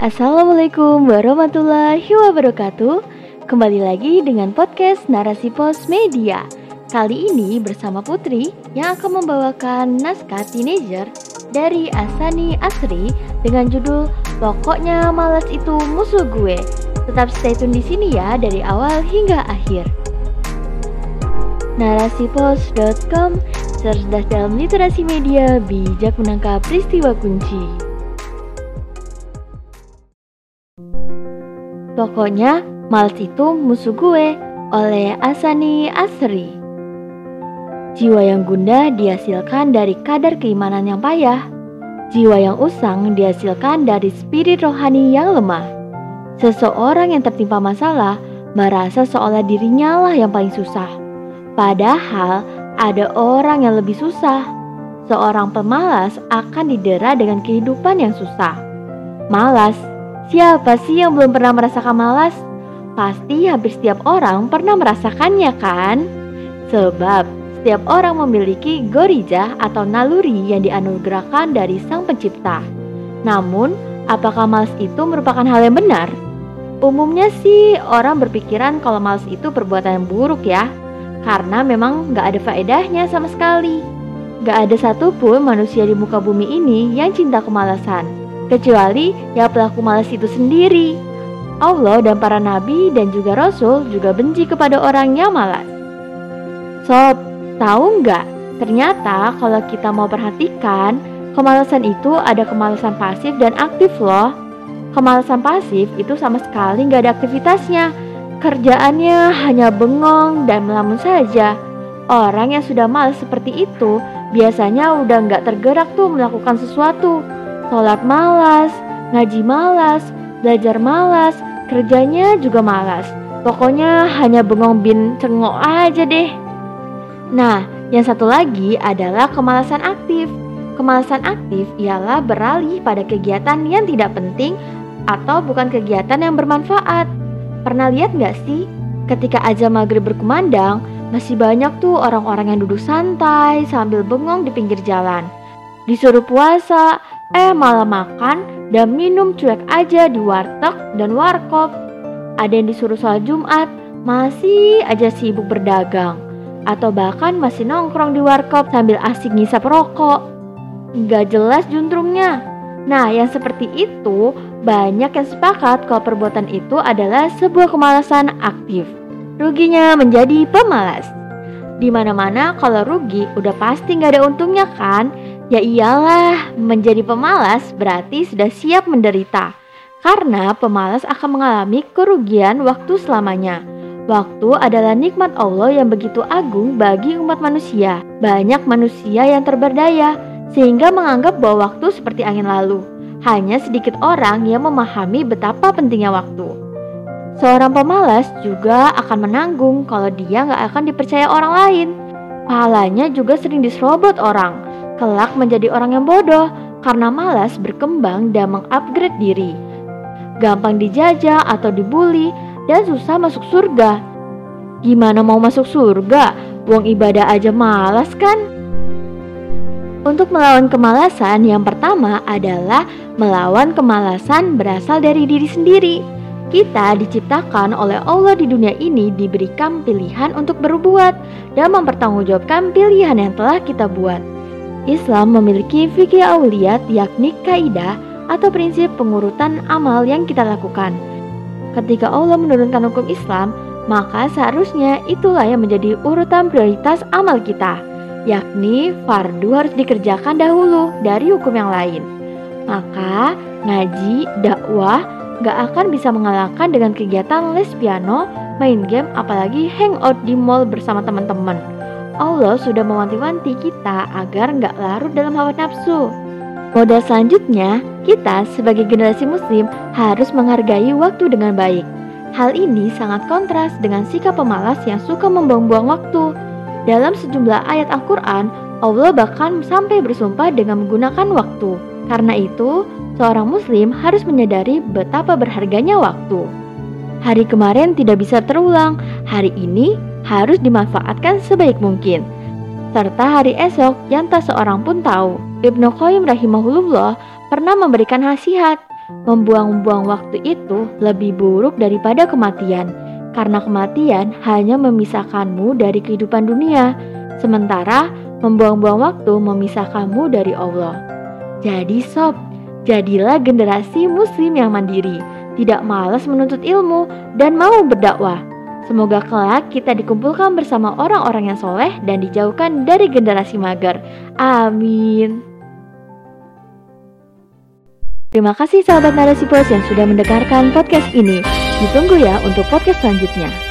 Assalamualaikum warahmatullahi wabarakatuh. Kembali lagi dengan podcast Narasi Pos Media. Kali ini bersama Putri yang akan membawakan naskah teenager dari Asani Asri dengan judul Pokoknya Malas Itu Musuh Gue. Tetap stay tune di sini ya dari awal hingga akhir. Narasipos.com, cerdas dalam literasi media, bijak menangkap peristiwa kunci. Pokoknya malas itu musuh gue, oleh Asani Asri. Jiwa yang gundah dihasilkan dari kadar keimanan yang payah. Jiwa yang usang dihasilkan dari spirit rohani yang lemah. Seseorang yang tertimpa masalah merasa seolah dirinya lah yang paling susah. Padahal ada orang yang lebih susah. Seorang pemalas akan didera dengan kehidupan yang susah. Malas. Siapa sih yang belum pernah merasakan malas? Pasti hampir setiap orang pernah merasakannya kan? Sebab setiap orang memiliki gorijah atau naluri yang dianugerahkan dari Sang Pencipta. Namun, apakah malas itu merupakan hal yang benar? Umumnya sih orang berpikiran kalau malas itu perbuatan yang buruk ya. Karena memang gak ada faedahnya sama sekali. Gak ada satupun manusia di muka bumi ini yang cinta kemalasan. Kecuali ya pelaku malas itu sendiri. Allah dan para nabi dan juga rasul juga benci kepada orang yang malas. Sob, tahu nggak? Ternyata kalau kita mau perhatikan, kemalasan itu ada kemalasan pasif dan aktif loh. Kemalasan pasif itu sama sekali nggak ada aktivitasnya. Kerjaannya hanya bengong dan melamun saja. Orang yang sudah malas seperti itu biasanya udah nggak tergerak tuh melakukan sesuatu. Sholat malas, ngaji malas, belajar malas, kerjanya juga malas. Pokoknya hanya bengong bin cengok aja deh. Nah, yang satu lagi adalah kemalasan aktif. Kemalasan aktif ialah beralih pada kegiatan yang tidak penting atau bukan kegiatan yang bermanfaat. Pernah lihat gak sih? Ketika azan maghrib berkumandang, masih banyak tuh orang-orang yang duduk santai sambil bengong di pinggir jalan. Disuruh puasa, malah makan dan minum cuek aja di warteg dan warkop. Ada yang disuruh sholat Jumat, masih aja sibuk berdagang. Atau bahkan masih nongkrong di warkop sambil asik ngisap rokok. Gak jelas juntrungnya. Nah, yang seperti itu banyak yang sepakat kalau perbuatan itu adalah sebuah kemalasan aktif. Ruginya menjadi pemalas. Dimana-mana kalau rugi udah pasti gak ada untungnya kan? Ya iyalah, menjadi pemalas berarti sudah siap menderita. Karena pemalas akan mengalami kerugian waktu selamanya. Waktu adalah nikmat Allah yang begitu agung bagi umat manusia. Banyak manusia yang terberdaya sehingga menganggap bahwa waktu seperti angin lalu. Hanya sedikit orang yang memahami betapa pentingnya waktu. Seorang pemalas juga akan menanggung kalau dia gak akan dipercaya orang lain. Pahalanya juga sering diserobot orang. Kelak menjadi orang yang bodoh karena malas berkembang dan mengupgrade diri. Gampang dijajah atau dibully dan susah masuk surga. Gimana mau masuk surga? Wong ibadah aja malas kan? Untuk melawan kemalasan yang pertama adalah melawan kemalasan berasal dari diri sendiri. Kita diciptakan oleh Allah di dunia ini diberikan pilihan untuk berbuat dan mempertanggungjawabkan pilihan yang telah kita buat. Islam memiliki fikih auliyat, yakni kaidah atau prinsip pengurutan amal yang kita lakukan. Ketika Allah menurunkan hukum Islam, maka seharusnya itulah yang menjadi urutan prioritas amal kita, yakni fardu harus dikerjakan dahulu dari hukum yang lain. Maka ngaji, dakwah gak akan bisa mengalahkan dengan kegiatan les piano, main game, apalagi hangout di mall bersama teman-teman. Allah sudah mewanti-wanti kita agar nggak larut dalam hawa nafsu. Modal selanjutnya, kita sebagai generasi muslim harus menghargai waktu dengan baik. Hal ini sangat kontras dengan sikap pemalas yang suka membuang-buang waktu. Dalam sejumlah ayat Al-Quran, Allah bahkan sampai bersumpah dengan menggunakan waktu. Karena itu, seorang muslim harus menyadari betapa berharganya waktu. Hari kemarin tidak bisa terulang, hari ini harus dimanfaatkan sebaik mungkin. Serta hari esok yang tak seorang pun tahu. Ibnu Qayyim rahimahullah pernah memberikan nasihat, Membuang-buang waktu itu lebih buruk daripada kematian, karena kematian hanya memisahkanmu dari kehidupan dunia, sementara membuang-buang waktu memisahkanmu dari Allah. Jadi sob, jadilah generasi muslim yang mandiri, tidak malas menuntut ilmu, dan mau berdakwah. Semoga kelak kita dikumpulkan bersama orang-orang yang soleh dan dijauhkan dari generasi mager. Amin. Terima kasih sahabat Narasi Pos yang sudah mendengarkan podcast ini. Ditunggu ya untuk podcast selanjutnya.